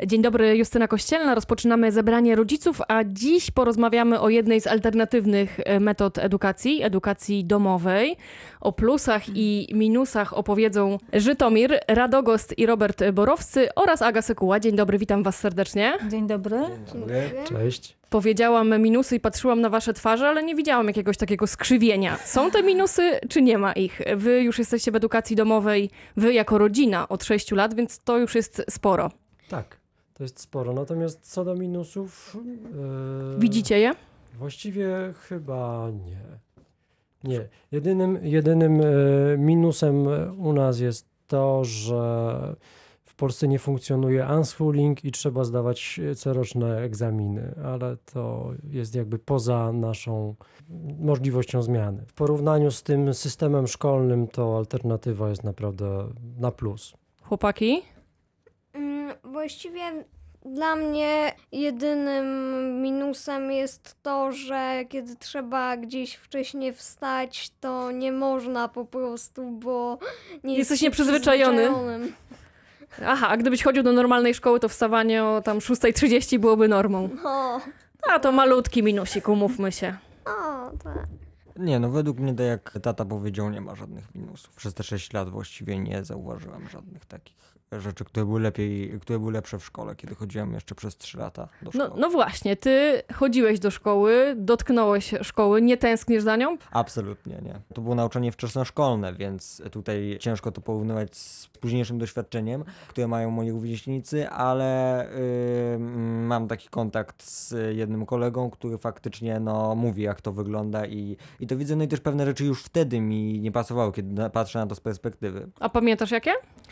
Dzień dobry, Justyna Kościelna. Rozpoczynamy zebranie rodziców, a dziś porozmawiamy o jednej z alternatywnych metod edukacji domowej. O plusach i minusach opowiedzą Żytomir, Radogost i Robert Borowscy oraz Aga Sekuła. Dzień dobry, witam was serdecznie. Dzień dobry. Dzień dobry. Cześć. Powiedziałam minusy i patrzyłam na wasze twarze, ale nie widziałam jakiegoś takiego skrzywienia. Są te minusy, czy nie ma ich? Wy już jesteście w edukacji domowej, wy jako rodzina od 6 lat, więc to już jest sporo. Tak, to jest sporo. Natomiast co do minusów... Widzicie je? Właściwie chyba nie. Nie. Jedynym minusem u nas jest to, że w Polsce nie funkcjonuje unschooling i trzeba zdawać coroczne egzaminy, ale to jest jakby poza naszą możliwością zmiany. W porównaniu z tym systemem szkolnym to alternatywa jest naprawdę na plus. Chłopaki? Właściwie dla mnie jedynym minusem jest to, że kiedy trzeba gdzieś wcześniej wstać, to nie można po prostu, bo nie Jesteś się nieprzyzwyczajony. przyzwyczajonym. Aha, a gdybyś chodził do normalnej szkoły, to wstawanie o tam 6:30 byłoby normą. No, A to malutki minusik, umówmy się. tak. Nie, no według mnie, tak jak tata powiedział, nie ma żadnych minusów. Przez te 6 lat właściwie nie zauważyłem żadnych takich rzeczy, które były lepsze w szkole, kiedy chodziłem jeszcze przez 3 lata do szkoły. No właśnie, ty chodziłeś do szkoły, dotknąłeś szkoły, nie tęsknisz za nią? Absolutnie nie. To było nauczanie wczesnoszkolne, więc tutaj ciężko to porównywać z późniejszym doświadczeniem, które mają moi rówieśnicy, ale mam taki kontakt z jednym kolegą, który faktycznie mówi, jak to wygląda i to widzę. No i też pewne rzeczy już wtedy mi nie pasowały, kiedy patrzę na to z perspektywy. A pamiętasz jakie?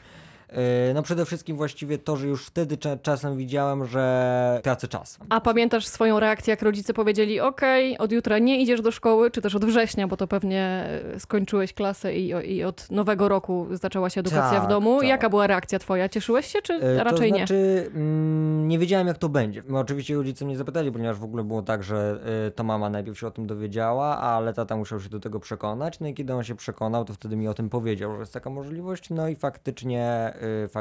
No przede wszystkim właściwie to, że już wtedy czasem widziałem, że tracę czas. A pamiętasz swoją reakcję, jak rodzice powiedzieli, okej, od jutra nie idziesz do szkoły, czy też od września, bo to pewnie skończyłeś klasę i od nowego roku zaczęła się edukacja Tak, w domu. tak. Jaka była reakcja twoja? Cieszyłeś się, czy raczej to nie? znaczy, nie wiedziałem, jak to będzie. Oczywiście rodzice mnie zapytali, ponieważ w ogóle było tak, że to mama najpierw się o tym dowiedziała, ale tata musiał się do tego przekonać. No i kiedy on się przekonał, to wtedy mi o tym powiedział, że jest taka możliwość. No i faktycznie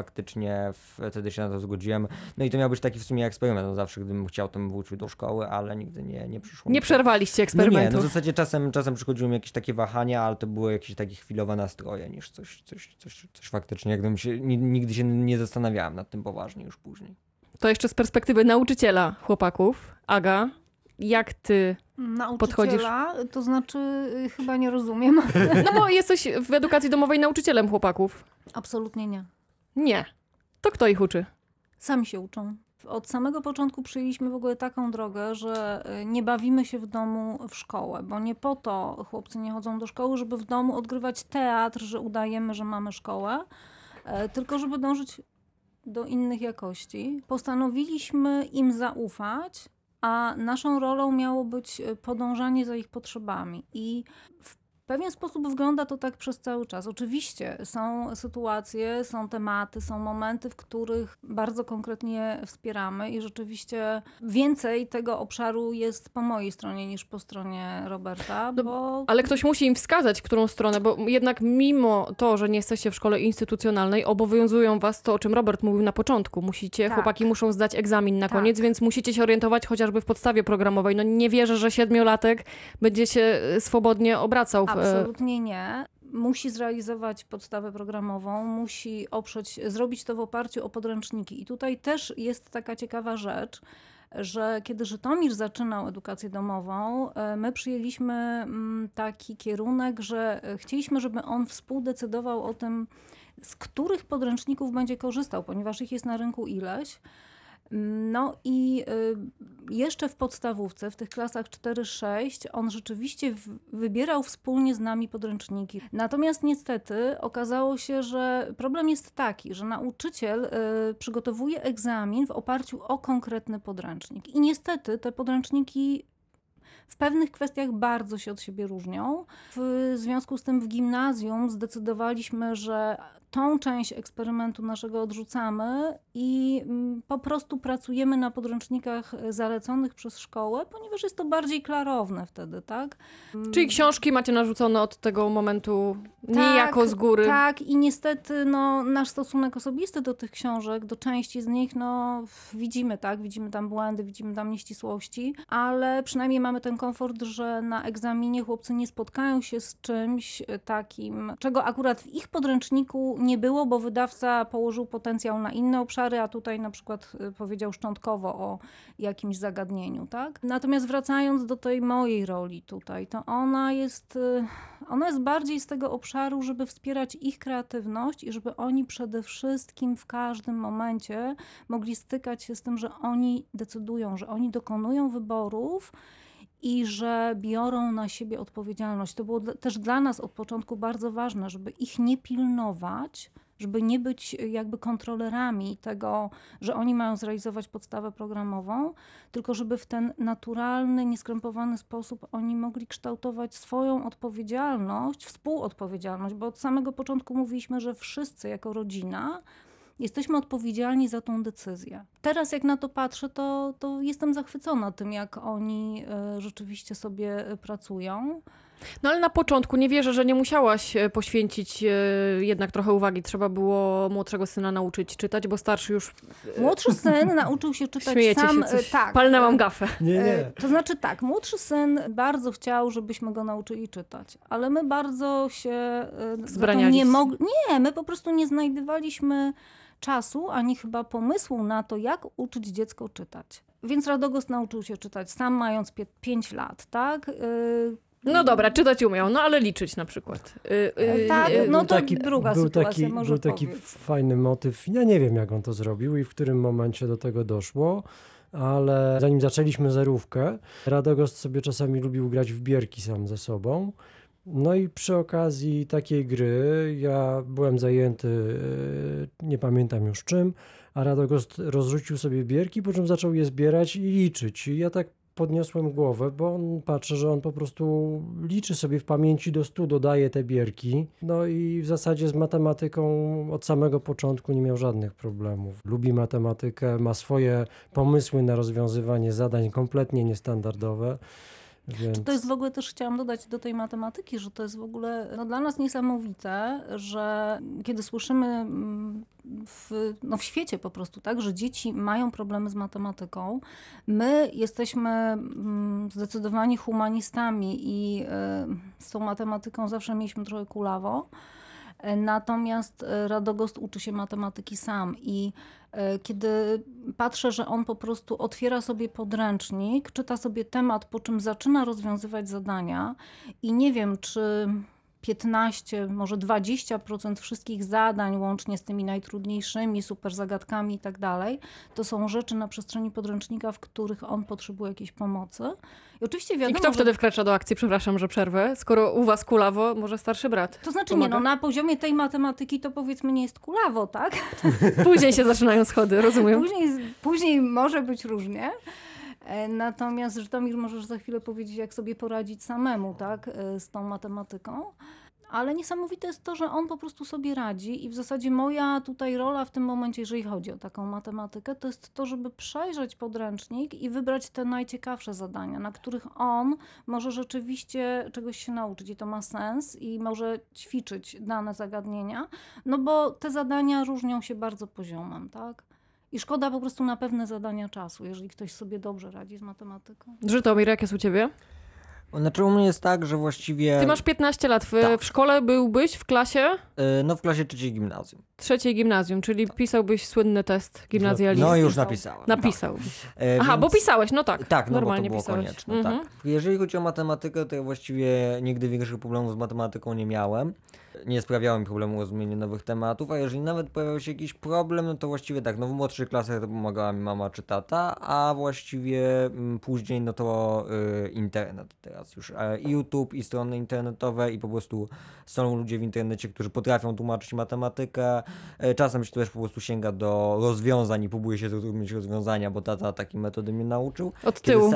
wtedy się na to zgodziłem. No i to miał być taki w sumie eksperyment. No zawsze, gdybym chciał, to bym wrócił do szkoły, ale nigdy nie przyszło. Nie przerwaliście No eksperymentu. nie, w zasadzie czasem przychodziły mi jakieś takie wahania, ale to były jakieś takie chwilowe nastroje niż coś faktycznie. Jakbym nigdy się nie zastanawiałem nad tym poważnie już później. To jeszcze z perspektywy nauczyciela chłopaków. Aga, jak ty podchodzisz? Nauczyciela, to znaczy chyba nie rozumiem. No bo jesteś w edukacji domowej nauczycielem chłopaków. Absolutnie nie. Nie. To kto ich uczy? Sami się uczą. Od samego początku przyjęliśmy w ogóle taką drogę, że nie bawimy się w domu w szkołę, bo nie po to chłopcy nie chodzą do szkoły, żeby w domu odgrywać teatr, że udajemy, że mamy szkołę, tylko żeby dążyć do innych jakości. Postanowiliśmy im zaufać, a naszą rolą miało być podążanie za ich potrzebami. I w pewien sposób wygląda to tak przez cały czas. Oczywiście są sytuacje, są tematy, są momenty, w których bardzo konkretnie wspieramy i rzeczywiście więcej tego obszaru jest po mojej stronie niż po stronie Roberta, bo... Ale ktoś musi im wskazać, którą stronę, bo jednak mimo to, że nie jesteście w szkole instytucjonalnej, obowiązują was to, o czym Robert mówił na początku. Chłopaki muszą zdać egzamin na koniec, więc musicie się orientować chociażby w podstawie programowej. No nie wierzę, że 7-latek będzie się swobodnie obracał w... Absolutnie nie. Musi zrealizować podstawę programową, musi zrobić to w oparciu o podręczniki. I tutaj też jest taka ciekawa rzecz, że kiedy Żytomir zaczynał edukację domową, my przyjęliśmy taki kierunek, że chcieliśmy, żeby on współdecydował o tym, z których podręczników będzie korzystał, ponieważ ich jest na rynku ileś. No i jeszcze w podstawówce, w tych klasach 4-6, on rzeczywiście wybierał wspólnie z nami podręczniki. Natomiast niestety okazało się, że problem jest taki, że nauczyciel przygotowuje egzamin w oparciu o konkretny podręcznik. I niestety te podręczniki w pewnych kwestiach bardzo się od siebie różnią. W związku z tym w gimnazjum zdecydowaliśmy, że tą część eksperymentu naszego odrzucamy i po prostu pracujemy na podręcznikach zaleconych przez szkołę, ponieważ jest to bardziej klarowne wtedy, tak? Czyli książki macie narzucone od tego momentu niejako z góry. Tak, i niestety nasz stosunek osobisty do tych książek, do części z nich, widzimy, tak? Widzimy tam błędy, widzimy tam nieścisłości, ale przynajmniej mamy ten komfort, że na egzaminie chłopcy nie spotkają się z czymś takim, czego akurat w ich podręczniku nie było, bo wydawca położył potencjał na inne obszary, a tutaj na przykład powiedział szczątkowo o jakimś zagadnieniu, tak? Natomiast wracając do tej mojej roli tutaj, to ona jest bardziej z tego obszaru, żeby wspierać ich kreatywność i żeby oni przede wszystkim w każdym momencie mogli stykać się z tym, że oni decydują, że oni dokonują wyborów i że biorą na siebie odpowiedzialność. To było też dla nas od początku bardzo ważne, żeby ich nie pilnować, żeby nie być jakby kontrolerami tego, że oni mają zrealizować podstawę programową, tylko żeby w ten naturalny, nieskrępowany sposób oni mogli kształtować swoją odpowiedzialność, współodpowiedzialność, bo od samego początku mówiliśmy, że wszyscy jako rodzina jesteśmy odpowiedzialni za tą decyzję. Teraz jak na to patrzę, to jestem zachwycona tym, jak oni rzeczywiście sobie pracują. No ale na początku nie wierzę, że nie musiałaś poświęcić jednak trochę uwagi. Trzeba było młodszego syna nauczyć czytać, bo starszy już... Młodszy syn nauczył się czytać Śmiejecie sam. się coś. Tak. Palnęłam gafę. Nie. To znaczy tak, młodszy syn bardzo chciał, żebyśmy go nauczyli czytać, ale my bardzo się zbranialiście. Nie, my po prostu nie znajdowaliśmy czasu, ani chyba pomysłu na to, jak uczyć dziecko czytać. Więc Radogust nauczył się czytać sam, mając 5 lat, tak? No dobra, czytać umiał, no ale liczyć na przykład. Tak, no to druga był sytuacja, taki, może Był taki powiedz. fajny motyw. Ja nie wiem, jak on to zrobił i w którym momencie do tego doszło, ale zanim zaczęliśmy zerówkę, Radogost sobie czasami lubił grać w bierki sam ze sobą. No i przy okazji takiej gry ja byłem zajęty, nie pamiętam już czym, a Radogost rozrzucił sobie bierki, po czym zaczął je zbierać i liczyć. I ja tak podniosłem głowę, bo on patrzy, że on po prostu liczy sobie w pamięci do 100, dodaje te bierki. No i w zasadzie z matematyką od samego początku nie miał żadnych problemów. Lubi matematykę, ma swoje pomysły na rozwiązywanie zadań kompletnie niestandardowe. Więc... To jest w ogóle też, chciałam dodać do tej matematyki, że to jest w ogóle dla nas niesamowite, że kiedy słyszymy w świecie po prostu, tak, że dzieci mają problemy z matematyką, my jesteśmy zdecydowani humanistami i z tą matematyką zawsze mieliśmy trochę kulawo. Natomiast Radogost uczy się matematyki sam i kiedy patrzę, że on po prostu otwiera sobie podręcznik, czyta sobie temat, po czym zaczyna rozwiązywać zadania i nie wiem, czy 15, może 20% wszystkich zadań, łącznie z tymi najtrudniejszymi, super zagadkami i tak dalej, to są rzeczy na przestrzeni podręcznika, w których on potrzebuje jakiejś pomocy. I oczywiście wiadomo, I kto wtedy wkracza do akcji? Przepraszam, że przerwę. Skoro u was kulawo, może starszy brat. To znaczy pomaga? na poziomie tej matematyki to powiedzmy nie jest kulawo, tak? Później się zaczynają schody, rozumiem. Później może być różnie. Natomiast Żytomir, możesz za chwilę powiedzieć, jak sobie poradzić samemu, tak, z tą matematyką. Ale niesamowite jest to, że on po prostu sobie radzi i w zasadzie moja tutaj rola w tym momencie, jeżeli chodzi o taką matematykę, to jest to, żeby przejrzeć podręcznik i wybrać te najciekawsze zadania, na których on może rzeczywiście czegoś się nauczyć i to ma sens i może ćwiczyć dane zagadnienia, no bo te zadania różnią się bardzo poziomem, tak? I szkoda po prostu na pewne zadania czasu, jeżeli ktoś sobie dobrze radzi z matematyką. Żytomir, jak jest u ciebie? Znaczy u mnie jest tak, że właściwie... Ty masz 15 lat. Tak. W szkole byłbyś w klasie? No w klasie 3 gimnazjum. 3 gimnazjum, czyli pisałbyś słynny test gimnazjalistyczny. No już napisałem. Napisał. Tak. Aha, Więc- bo pisałeś, no tak. Tak, no normalnie bo to było pisałeś. konieczne, Mhm. tak. Jeżeli chodzi o matematykę, to ja właściwie nigdy większych problemów z matematyką nie miałem. nie sprawiało mi problemu rozumienie nowych tematów, a jeżeli nawet pojawiał się jakiś problem, no to właściwie tak, no w młodszych klasach to pomagała mi mama czy tata, a właściwie później no to internet teraz już. I YouTube, i strony internetowe, i po prostu są ludzie w internecie, którzy potrafią tłumaczyć matematykę. Czasem się też po prostu sięga do rozwiązań i próbuje się zrozumieć rozwiązania, bo tata takiej metody mnie nauczył. Od tyłu.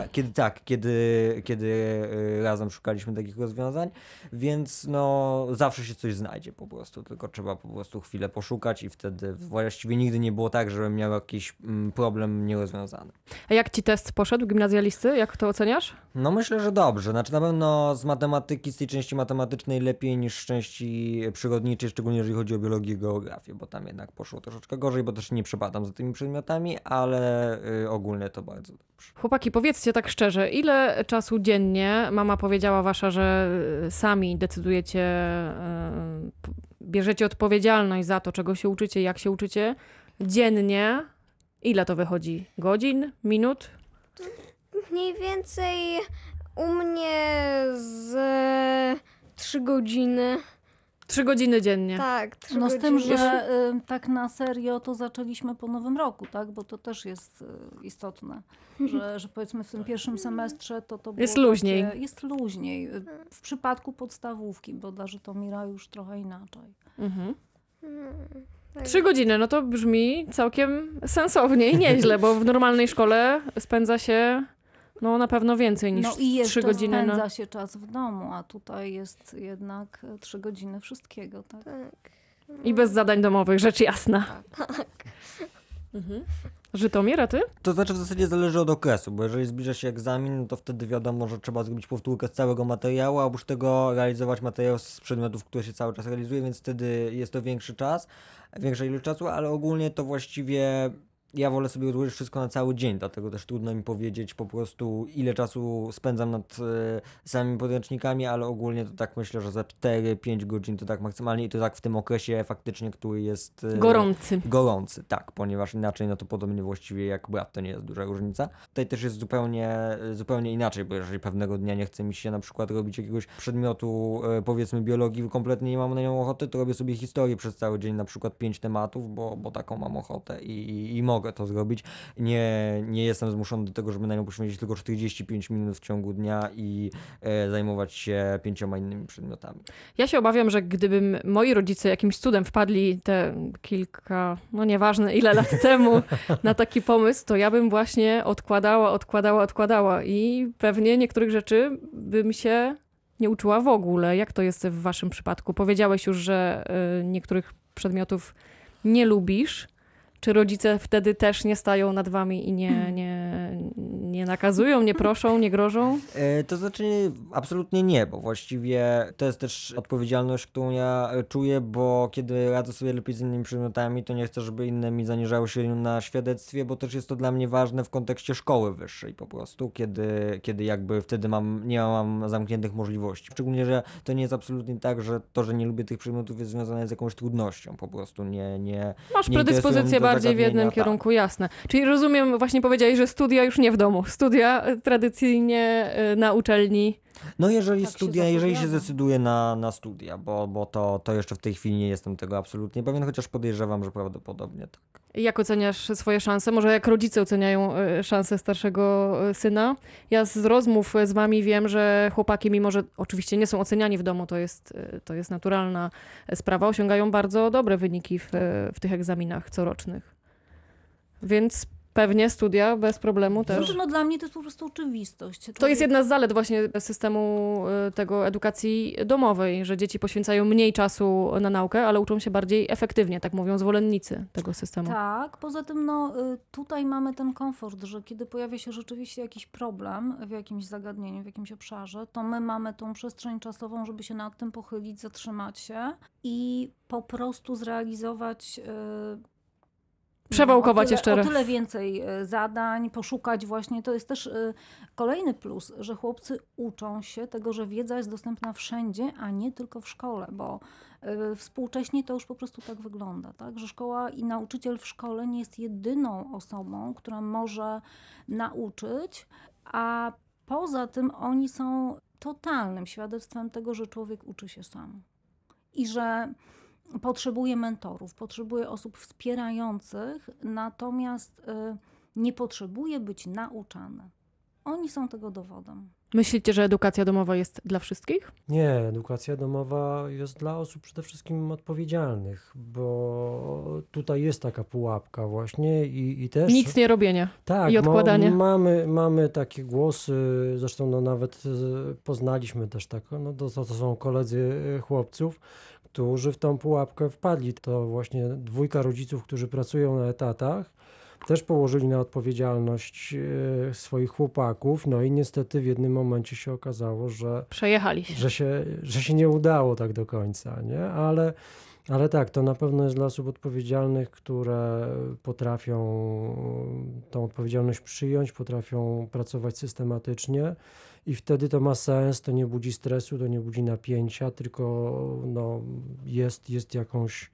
Kiedy razem szukaliśmy takich rozwiązań, więc no zawsze się coś znajdzie po prostu, tylko trzeba po prostu chwilę poszukać i wtedy właściwie nigdy nie było tak, żebym miał jakiś problem nierozwiązany. A jak ci test poszedł, gimnazjalisty? Jak to oceniasz? No myślę, że dobrze. Znaczy na pewno z matematyki, z tej części matematycznej lepiej niż z części przyrodniczej, szczególnie jeżeli chodzi o biologię i geografię, bo tam jednak poszło troszeczkę gorzej, bo też nie przepadam za tymi przedmiotami, ale ogólnie to bardzo dobrze. Chłopaki, powiedzcie tak szczerze, ile czasu dziennie, mama powiedziała wasza, że sami decydujecie, bierzecie odpowiedzialność za to, czego się uczycie, jak się uczycie, dziennie, ile to wychodzi? Godzin? Minut? Mniej więcej u mnie z 3 godziny. 3 godziny dziennie. Tak, 3 No z godziny. tym, że tak na serio to zaczęliśmy po Nowym Roku, tak? Bo to też jest istotne, że powiedzmy w tym pierwszym semestrze to było Jest luźniej. Jest luźniej. W przypadku podstawówki, bo dla Żytomira już trochę inaczej. Mhm. Tak. 3 godziny, no to brzmi całkiem sensownie i nieźle, bo w normalnej szkole spędza się no na pewno więcej niż No i 3 jeszcze godziny. spędza się czas w domu, a tutaj jest jednak 3 godziny wszystkiego, tak? Tak. I bez zadań domowych, rzecz jasna. Tak. Mhm. Żytomir, a ty? To znaczy w zasadzie zależy od okresu, bo jeżeli zbliża się egzamin, no to wtedy wiadomo, że trzeba zrobić powtórkę z całego materiału, a oprócz tego realizować materiał z przedmiotów, które się cały czas realizuje, więc wtedy jest to większy czas, większa ilość czasu, ale ogólnie to właściwie ja wolę sobie odłożyć wszystko na cały dzień, dlatego też trudno mi powiedzieć po prostu, ile czasu spędzam nad samymi podręcznikami, ale ogólnie to tak myślę, że za 4-5 godzin to tak maksymalnie i to tak w tym okresie faktycznie, który jest gorący, tak, ponieważ inaczej no to podobnie właściwie jak brat, to nie jest duża różnica. Tutaj też jest zupełnie inaczej, bo jeżeli pewnego dnia nie chce mi się na przykład robić jakiegoś przedmiotu, powiedzmy biologii, kompletnie nie mam na nią ochoty, to robię sobie historię przez cały dzień, na przykład 5 tematów, bo taką mam ochotę i mogę to zrobić. Nie jestem zmuszony do tego, żeby na nią poświęcić tylko 45 minut w ciągu dnia i zajmować się 5 innymi przedmiotami. Ja się obawiam, że gdybym moi rodzice jakimś cudem wpadli te kilka, no nieważne ile lat temu na taki pomysł, to ja bym właśnie odkładała i pewnie niektórych rzeczy bym się nie uczyła w ogóle. Jak to jest w waszym przypadku? Powiedziałeś już, że niektórych przedmiotów nie lubisz. Czy rodzice wtedy też nie stają nad wami i nie nakazują, nie proszą, nie grożą? To znaczy absolutnie nie, bo właściwie to jest też odpowiedzialność, którą ja czuję, bo kiedy radzę sobie lepiej z innymi przedmiotami, to nie chcę, żeby inne mi zaniżały się na świadectwie, bo też jest to dla mnie ważne w kontekście szkoły wyższej po prostu, kiedy jakby wtedy nie mam zamkniętych możliwości. Szczególnie, że to nie jest absolutnie tak, że to, że nie lubię tych przedmiotów jest związane z jakąś trudnością, po prostu nie Masz nie predyspozycję bardziej w jednym tak. kierunku, jasne. Czyli rozumiem, właśnie powiedziałeś, że studia już nie w domu. Studia tradycyjnie na uczelni. No jeżeli Tak jeżeli się zapowiada. zdecyduję na studia, bo to jeszcze w tej chwili nie jestem tego absolutnie pewien, chociaż podejrzewam, że prawdopodobnie tak. Jak oceniasz swoje szanse? Może jak rodzice oceniają szanse starszego syna? Ja z rozmów z wami wiem, że chłopaki, mimo że oczywiście nie są oceniani w domu, to jest naturalna sprawa, osiągają bardzo dobre wyniki w tych egzaminach corocznych. Więc pewnie studia bez problemu też. Znaczy, no dla mnie to jest po prostu oczywistość. To jest jedna z zalet właśnie systemu tego edukacji domowej, że dzieci poświęcają mniej czasu na naukę, ale uczą się bardziej efektywnie, tak mówią zwolennicy tego systemu. Tak, poza tym no, tutaj mamy ten komfort, że kiedy pojawia się rzeczywiście jakiś problem w jakimś zagadnieniu, w jakimś obszarze, to my mamy tą przestrzeń czasową, żeby się nad tym pochylić, zatrzymać się i po prostu zrealizować Przewałkować jeszcze o raz. tyle więcej zadań, poszukać właśnie. To jest też kolejny plus, że chłopcy uczą się tego, że wiedza jest dostępna wszędzie, a nie tylko w szkole, bo współcześnie to już po prostu tak wygląda, tak? Że szkoła i nauczyciel w szkole nie jest jedyną osobą, która może nauczyć, a poza tym oni są totalnym świadectwem tego, że człowiek uczy się sam. i że potrzebuje mentorów, potrzebuje osób wspierających, natomiast nie potrzebuje być nauczany. Oni są tego dowodem. Myślicie, że edukacja domowa jest dla wszystkich? Nie, edukacja domowa jest dla osób przede wszystkim odpowiedzialnych, bo tutaj jest taka pułapka właśnie i też... Nic nie robienie Tak, i odkładanie. Mamy takie głosy, zresztą no nawet poznaliśmy też tak, no to są koledzy chłopców, którzy w tą pułapkę wpadli. To właśnie 2 rodziców, którzy pracują na etatach, też położyli na odpowiedzialność swoich chłopaków, no i niestety w jednym momencie się okazało, Przejechali się. że się nie udało tak do końca, nie? Ale tak, to na pewno jest dla osób odpowiedzialnych, które potrafią tą odpowiedzialność przyjąć, potrafią pracować systematycznie i wtedy to ma sens, to nie budzi stresu, to nie budzi napięcia, tylko no, jest jakąś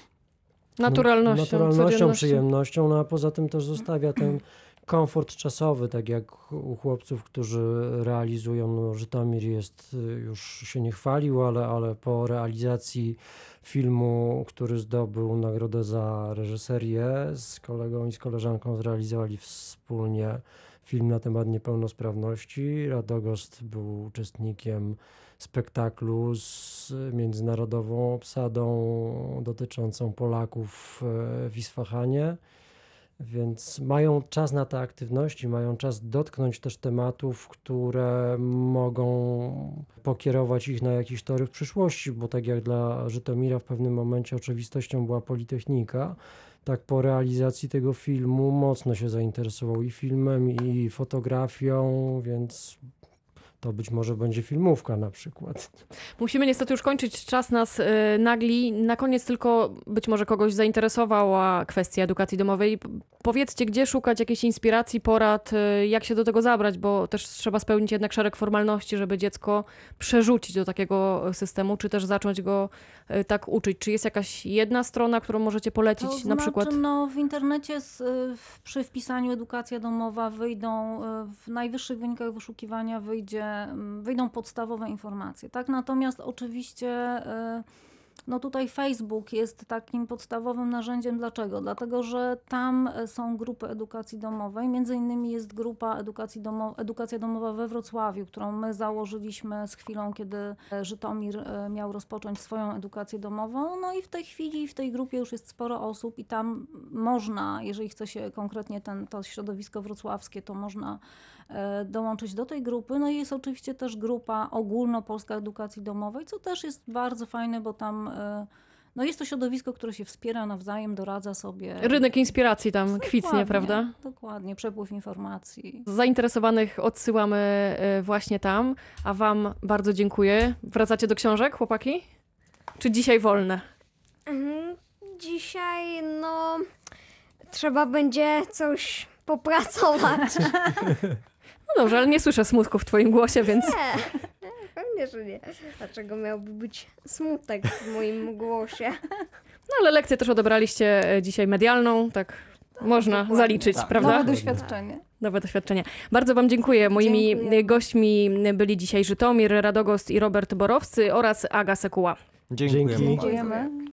Naturalnością, przyjemnością, no a poza tym też zostawia ten komfort czasowy, tak jak u chłopców, którzy realizują, no Żytomir już się nie chwalił, ale po realizacji filmu, który zdobył nagrodę za reżyserię, z kolegą i z koleżanką zrealizowali wspólnie film na temat niepełnosprawności. Radogost był uczestnikiem spektaklu z międzynarodową obsadą dotyczącą Polaków w Isfahanie. Więc mają czas na te aktywności, mają czas dotknąć też tematów, które mogą pokierować ich na jakieś tory w przyszłości, bo tak jak dla Żytomira w pewnym momencie oczywistością była Politechnika, tak po realizacji tego filmu mocno się zainteresował i filmem, i fotografią, więc to być może będzie filmówka na przykład. Musimy niestety już kończyć, czas nas nagli. Na koniec tylko być może kogoś zainteresowała kwestia edukacji domowej. Powiedzcie, gdzie szukać jakiejś inspiracji, porad, jak się do tego zabrać, bo też trzeba spełnić jednak szereg formalności, żeby dziecko przerzucić do takiego systemu, czy też zacząć go tak uczyć. Czy jest jakaś jedna strona, którą możecie polecić? To na przykład? No, w internecie przy wpisaniu edukacja domowa wyjdą, w najwyższych wynikach wyszukiwania wyjdą podstawowe informacje. Tak? Natomiast oczywiście no tutaj Facebook jest takim podstawowym narzędziem. Dlaczego? Dlatego, że tam są grupy edukacji domowej. Między innymi jest grupa Edukacja domowa we Wrocławiu, którą my założyliśmy z chwilą, kiedy Żytomir miał rozpocząć swoją edukację domową. No i w tej chwili w tej grupie już jest sporo osób i tam można, jeżeli chce się konkretnie to środowisko wrocławskie, to można dołączyć do tej grupy. No i jest oczywiście też grupa ogólnopolska edukacji domowej, co też jest bardzo fajne, bo tam no jest to środowisko, które się wspiera nawzajem, doradza sobie. Rynek inspiracji tam Dokładnie, kwitnie, prawda? Dokładnie, przepływ informacji. Zainteresowanych odsyłamy właśnie tam, a wam bardzo dziękuję. Wracacie do książek, chłopaki? Czy dzisiaj wolne? Dzisiaj, no, trzeba będzie coś popracować. No dobrze, ale nie słyszę smutku w twoim głosie, więc... Nie, pewnie, że nie. Dlaczego miałby być smutek w moim głosie? No ale lekcję też odebraliście dzisiaj medialną, tak można dokładnie. zaliczyć, Tak. prawda? Nowe doświadczenie. Nowe doświadczenie. Bardzo wam dziękuję. Moimi Dziękuję. gośćmi byli dzisiaj Żytomir Radogost i Robert Borowscy oraz Aga Sekuła. Dziękujemy. Dzięki. Dziękujemy.